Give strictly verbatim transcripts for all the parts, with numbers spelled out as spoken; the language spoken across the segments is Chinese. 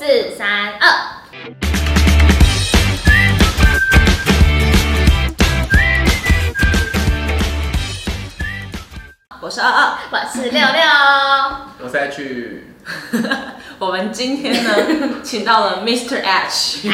四、三、二。我是二二，我是六六， 我是 H。 我们今天呢，请到了 Mister H，H，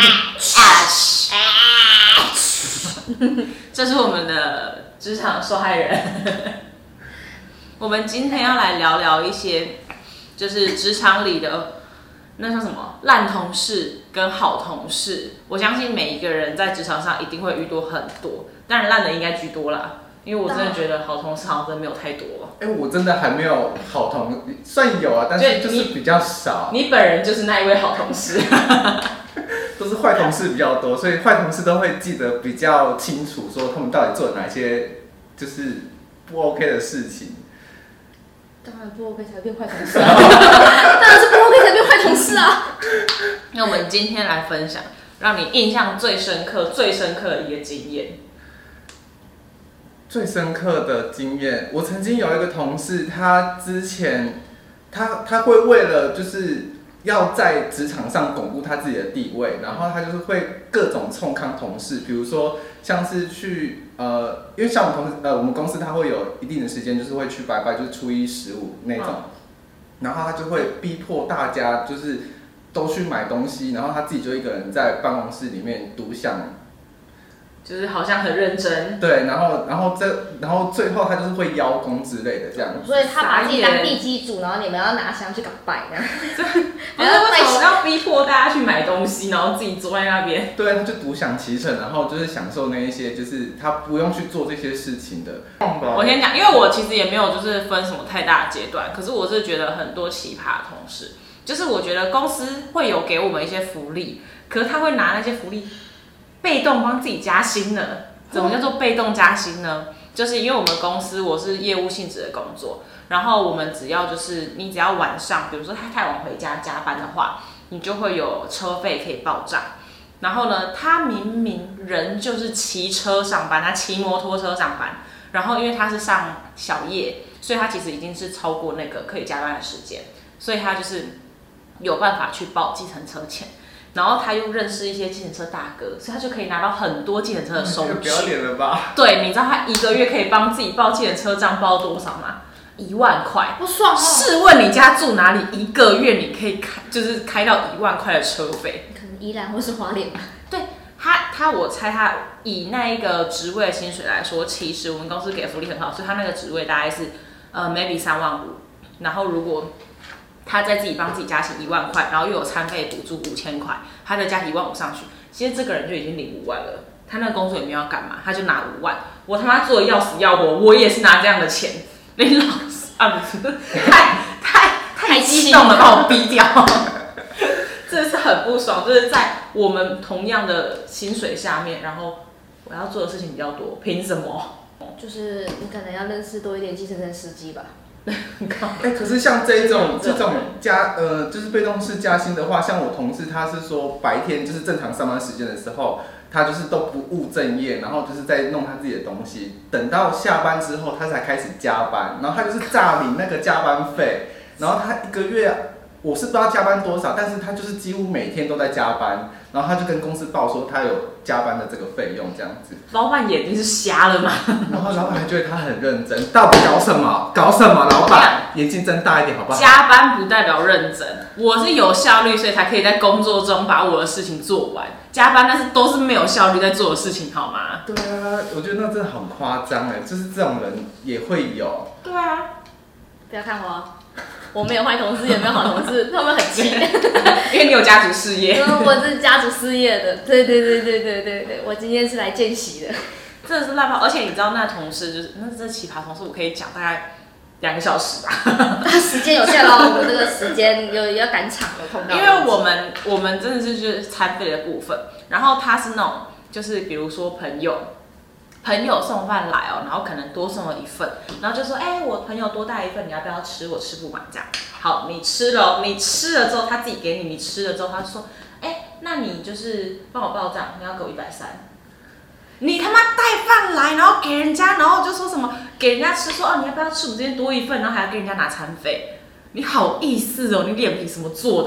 这是我们的职场受害人。我们今天要来聊聊一些，就是职场里的那叫什么烂同事跟好同事。我相信每一个人在职场上一定会遇到很多，当然烂的应该居多啦。因为我真的觉得好同事好像真的没有太多。 哎、欸，我真的还没有好同，算有啊，但是就是比较少。 你, 你本人就是那一位好同事， 都是坏同事比较多，所以坏同事都会记得比较清楚，说他们到底做了哪些就是不 OK 的事情。 当然不 OK 才变坏同事啊！当然是不 OK 才变坏同事啊！ 那我们今天来分享让你印象最深刻、最深刻的一个经验。 最深刻的经验，我曾经有一个同事，他之前他他会为了就是要在职场上巩固他自己的地位，然后他就是会各种冲康同事，比如说像是去呃，因为像我们同事呃我们公司他会有一定的时间，就是会去拜拜，就是初一十五那种，嗯、然后他就会逼迫大家就是都去买东西，然后他自己就一个人在办公室里面独享。 就是好像很认真， 对，然后，然后这，然后最后他就是会邀功之类的这样子。 所以他把自己当地基主，然后你们要拿香去搞拜这样。 不是为什么要逼迫大家去买东西，然后自己坐在那边？ 对，他就独享其成，然后就是享受那一些，就是他不用去做这些事情的。 我先讲，因为我其实也没有就是分什么太大的阶段，可是我是觉得很多奇葩的同事，就是我觉得公司会有给我们一些福利，可是他会拿那些福利。被动帮自己加薪呢？怎么叫做被动加薪呢？就是因为我们公司我是业务性质的工作，然后我们只要就是你只要晚上，比如说太太晚回家加班的话，你就会有车费可以报账。然后呢，他明明人就是骑车上班，他骑摩托车上班，然后因为他是上小夜，所以他其实已经是超过那个可以加班的时间，所以他就是有办法去报计程车钱。然后他又认识一些计程车大哥，所以他就可以拿到很多计程车的收据。 不要脸了吧？ 对，你知道他一个月可以帮自己报计程车账报多少吗？一万块。 不爽哦！ 试问你家住哪里？一个月你可以开，就是开到一万块的车费？ 可能宜兰或是花莲吧。 对他，他我猜他以那一个职位的薪水来说，其实我们公司给的福利很好，所以他那个职位大概是呃 maybe 三万五。然后如果他再自己帮自己加薪一万块，然后又有餐费补助五千块，他再加一万五上去，其实这个人就已经领五万了。他那个工作也没有要干嘛，他就拿五万。我他妈做的要死要活，我也是拿这样的钱。你老师啊，不是，太太太激动了，把我逼掉。这是很不爽，就是在我们同样的薪水下面，然后我要做的事情比较多，凭什么？ 就是你可能要认识多一点计程车司机吧。 哎、欸，可是像这种这种加呃，就是被动式加薪的话，像我同事他是说白天就是正常上班时间的时候，他就是都不务正业，然后就是在弄他自己的东西，等到下班之后他才开始加班，然后他就是诈领那个加班费，然后他一个月我是不知道加班多少，但是他就是几乎每天都在加班，然后他就跟公司报说他有加班的这个费用这样子。 老板眼睛是瞎了吗？ 然后老板还觉得他很认真，到底搞什么？搞什么？老板眼睛睁大一点好不好？ 加班不代表认真，我是有效率，所以才可以在工作中把我的事情做完。加班那是都是没有效率在做的事情，好吗？ 对啊，我觉得那真的很夸张哎，就是这种人也会有。 对啊， 不要看我。我没有坏同事，也没有好同事，他们很气。 因为你有家族事业。 我是家族事业的，对对对对对对对，我今天是来见习的。 真的是烂爆，而且你知道那同事就是那这奇葩同事，我可以讲大概两个小时吧。 时间有限咯，我们这个时间有要赶场了，碰到。 因为我们我们真的是就是餐费的部分，然后他是那种就是比如说朋友。朋友送饭来哦，然后可能多送了一份，然后就说，哎、欸，我朋友多带一份，你要不要吃？我吃不完这样。好，你吃了，你吃了之后，他自己给你，你吃了之后，他就说，哎、欸，那你就是帮我报账，你要给我一百三。你他妈带饭来，然后给人家，然后就说什么给人家吃，说哦你要不要吃？我们这边多一份，然后还要给人家拿餐费，你好意思哦？你脸皮什么做的啊？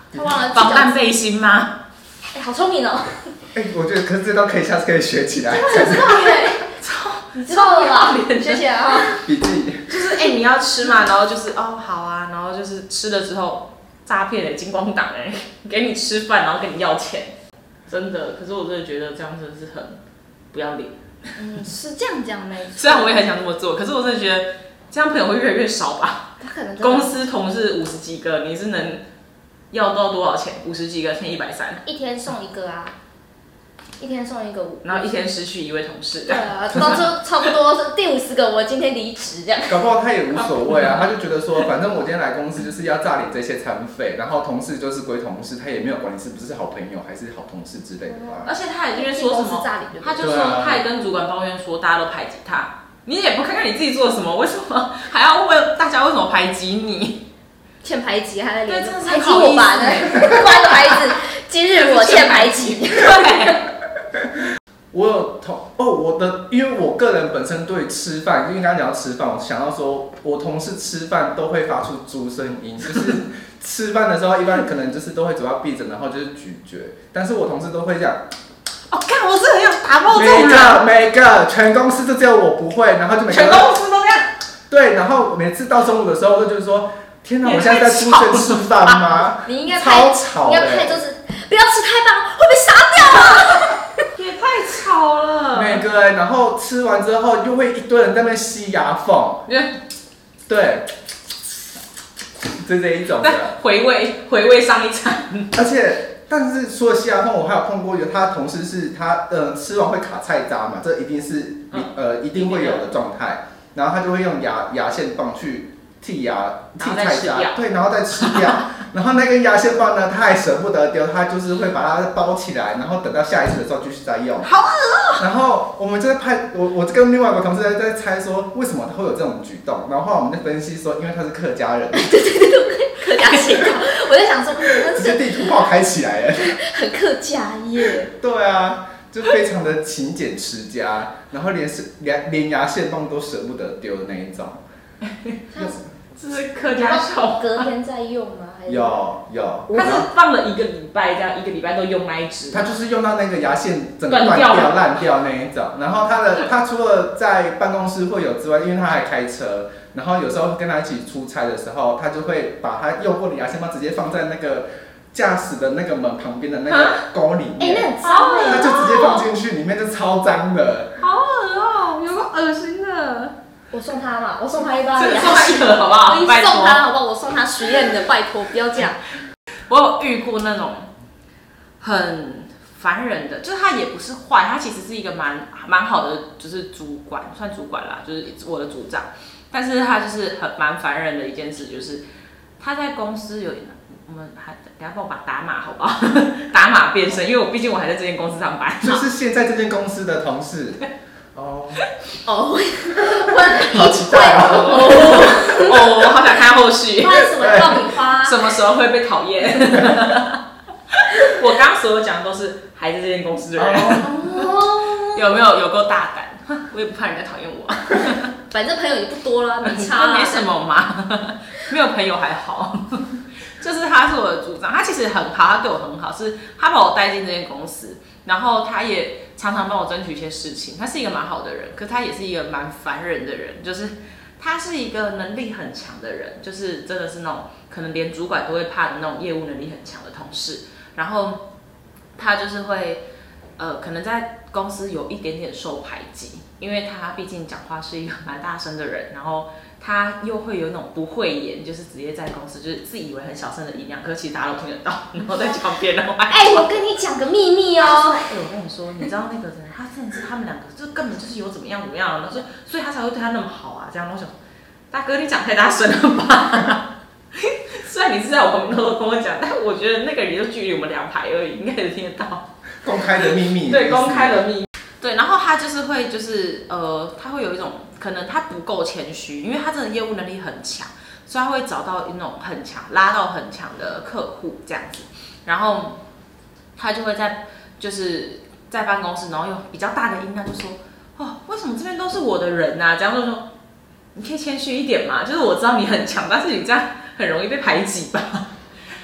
他忘了防弹背心吗？ 哎、欸，好聪明哦！ 哎、欸，我觉得可是这都可以，下次可以学起来。 真的知道耶，超你知道了吧？学起来啊！ 笔记就是哎、欸，你要吃嘛，然后就是哦好啊，然后就是吃了之后诈骗的金光党哎，给你吃饭，然后跟你要钱，真的。可是我真的觉得这样真的是很不要脸。 嗯，是这样讲没错。 虽然我也很想这么做，可是我真的觉得这样朋友会越来越少吧。 他可能公司同事五十几个，你是能要到多少钱？五十几个乘一百三， 一天送一个啊，一天送一个五， 然后一天失去一位同事。 对啊，到时候差不多是第五十个，我今天离职这样。 搞不好他也无所谓啊，他就觉得说，反正我今天来公司就是要诈领这些餐费，然后同事就是归同事，他也没有管你是不是好朋友还是好同事之类的吧。 而且他也这边说什么，他就说他也跟主管抱怨说大家都排挤他，你也不看看你自己做了什么，为什么还要问大家为什么排挤你？ 欠排挤还在脸上排挤我吧？挂个牌子，今日我欠排挤。 对。 我有同哦，我的，因为我个人本身对吃饭，因为刚刚讲到吃饭，我想到说，我同事吃饭都会发出猪声音，就是吃饭的时候，一般可能就是都会嘴巴闭着，然后就是咀嚼，但是我同事都会这样。 哦，看我是很想打爆这种人。 每个每个全公司就只有我不会，然后就每个全公司都这样。 对，然后每次到中午的时候，我就觉得说，天哪，我现在在出去吃饭吗？ 你应该超吵的， 你应该拍就是不要吃太棒，会被杀掉啊！ 也太吵了。 每个人，然后吃完之后又会一堆人在那边吸牙缝，对，就这一种的。 回味回味上一餐。 而且，但是除了吸牙缝，我还有碰过有他的同事是他呃吃完会卡菜渣嘛，这一定是、嗯、呃一定会有的状态，然后他就会用牙牙线棒去剔牙剔菜渣，对，然后再吃掉。然后那根牙线棒呢，他还舍不得丢，他就是会把它包起来，然后等到下一次的时候继续再用。 好恶哦！ 然后我们就在拍，我我跟另外一个同事在在猜说，为什么他会有这种举动？然后后来我们在分析说，因为他是客家人。 对对对对，客家血统。我在想说， 直接地图炮开起来了。 很客家耶。 对啊，就非常的勤俭持家，然后连是连连牙线棒都舍不得丢的那一种。 这是客家手， 隔天再用吗？还是有有， 他是放了一个礼拜，这样一个礼拜都用那一支。 他就是用到那个牙线整个断掉、烂掉那一种。然后他的他除了在办公室会有之外，因为他还开车，然后有时候跟他一起出差的时候，他就会把他用过的牙线棒直接放在那个驾驶的那个门旁边的那个沟里面。 哎、欸，那很脏哎！ 他就直接放进去，里面就超脏的。 好恶哦、喔，有个恶心的。 我送他嘛，我送他一包牙线，送他一盒好不好？ 我送他好不好？我送他许愿的，拜托不要这样。 我有遇过那种很烦人的，就是他也不是坏，他其实是一个蛮蛮好的，就是主管，算主管啦，就是我的组长。但是他就是很蛮烦人的一件事，就是他在公司有，我们还等下帮我把打码好不好？打码变身，因为我毕竟我还在这间公司上班。 就是现在这间公司的同事。哦哦， 好期待哦！ 哦，我好想看后续。 发什么爆米花？ 什么时候会被讨厌？我刚刚所有讲的都是还是这间公司的人。哦，有没有有够大胆？我也不怕人家讨厌我。 反正朋友也不多啦，没差啦。 没什么嘛，没有朋友还好。就是他是我的组长，他其实很好，他对我很好，是他把我带进这间公司，然后他也常常帮我争取一些事情。他是一个蛮好的人，可是他也是一个蛮烦人的人，就是他是一个能力很强的人，就是真的是那种可能连主管都会怕的那种业务能力很强的同事。然后他就是会呃，可能在公司有一点点受排挤，因为他毕竟讲话是一个蛮大声的人，然后他又会有那种不讳言，就是直接在公司就是自以为很小声的音量，可是其实大家都听得到，然后在讲别人话。 哎、欸，我跟你讲个秘密哦。 哎、欸，我跟你说，你知道那个人，他真的是他们两个，就根本就是有怎么样怎么样，然后所以所以他才会对他那么好啊，这样。我想，大哥你讲太大声了吧？虽然你是在我旁边偷偷跟我讲，但我觉得那个人就距离我们两排而已，应该也听得到。 公开的秘密。 对，公开的秘密。对，然后他就是会，就是呃，他会有一种可能他不够谦虚，因为他真的业务能力很强，所以他会找到那种很强、拉到很强的客户这样子，然后他就会在就是在办公室，然后用比较大的音量就说：“哦，为什么这边都是我的人啊？”这样就说：“你可以谦虚一点嘛，就是我知道你很强，但是你这样很容易被排挤吧。”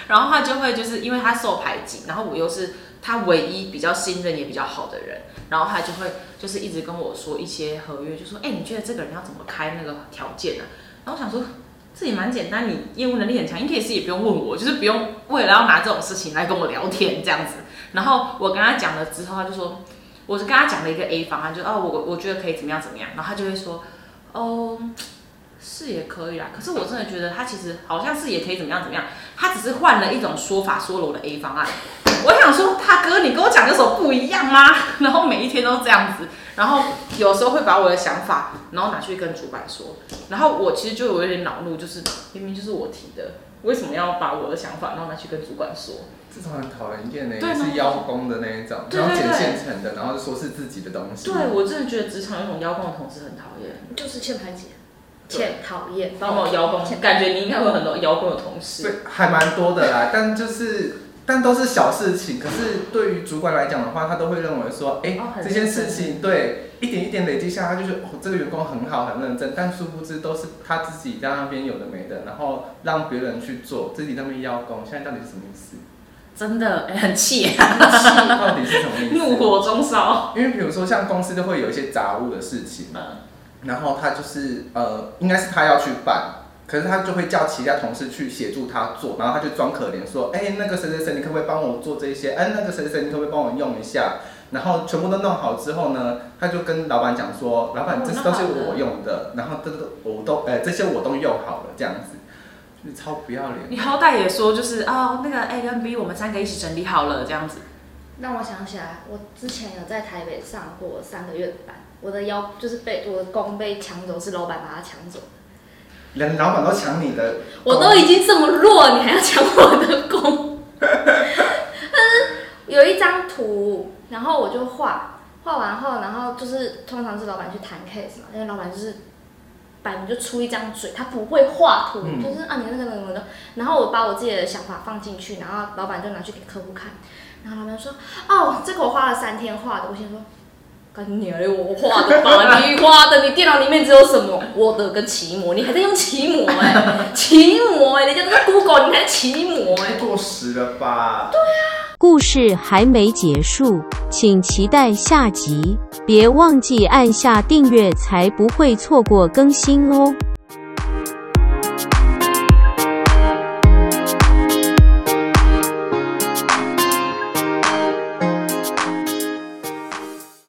然后他就会就是因为他受排挤，然后我又是他唯一比较信任也比较好的人，然后他就会就是一直跟我说一些合约，就说哎、欸，你觉得这个人要怎么开那个条件啊？然后我想说这也蛮简单，你业务能力很强，你可以自己不用问我，就是不用为了要拿这种事情来跟我聊天这样子。然后我跟他讲了之后，他就说，我是跟他讲了一个 A 方案，就哦我我觉得可以怎么样怎么样，然后他就会说哦。是也可以啦，可是我真的觉得他其实好像是也可以怎么样怎么样，他只是换了一种说法说了我的 A 方案。我想说，大哥，你跟我讲有什么不一样吗？然后每一天都这样子，然后有时候会把我的想法，然后拿去跟主管说，然后我其实就有一点恼怒，就是明明就是我提的，为什么要把我的想法然后拿去跟主管说？ 这种很讨人厌的，也是邀功的那一种，然后捡现成的，然后就说是自己的东西。 对，我真的觉得职场有种邀功的同事很讨厌， 就是欠排挤。欠讨厌， 帮我邀功，感觉你应该会有很多邀功的同事。 对，还蛮多的啦，但就是但都是小事情。可是对于主管来讲的话，他都会认为说，哎、欸哦，这件事情对一点一点累积下来，他就觉得哦，这个员工很好，很认真。但殊不知都是他自己在那边有的没的，然后让别人去做，自己在那边邀功。现在到底是什么意思？ 真的、欸、很气、啊， 到底是什么意思？ 怒火中烧。 因为比如说像公司都会有一些杂物的事情嘛。嗯，然后他就是呃，应该是他要去办，可是他就会叫其他同事去协助他做，然后他就装可怜说，哎、欸，那个谁谁谁，你可不可以帮我做这些？哎、欸，那个谁谁谁，你可不可以帮我用一下？然后全部都弄好之后呢，他就跟老板讲说，老板，这都是我用的，然后这都我都呃这些我都用好了，这样子，你超不要脸。 你好歹也说就是哦，那个 A 跟 B 我们三个一起整理好了，这样子。 让我想起来，我之前有在台北上过三个月的班。我的腰就是被我的工被抢走，是老板把它抢走。 连老板都抢你的， 我都已经这么弱，你还要抢我的工？但是有一张图，然后我就画，画完后，然后就是通常是老板去谈 case 嘛，因为老板就是摆明就出一张嘴，他不会画图，嗯、就是啊你那个那个那个，然后我把我自己的想法放进去，然后老板就拿去给客户看，然后老板说哦这个我花了三天画的，我先说。干你嘞！我画的吧，你画的，你电脑里面只有什么 Word 跟奇摩，你还在用奇摩哎、欸，奇摩哎、欸，人家都是 Google， 你还奇摩哎、 欸，过时了吧？ 对啊。 故事还没结束，请期待下集，别忘记按下订阅，才不会错过更新哦。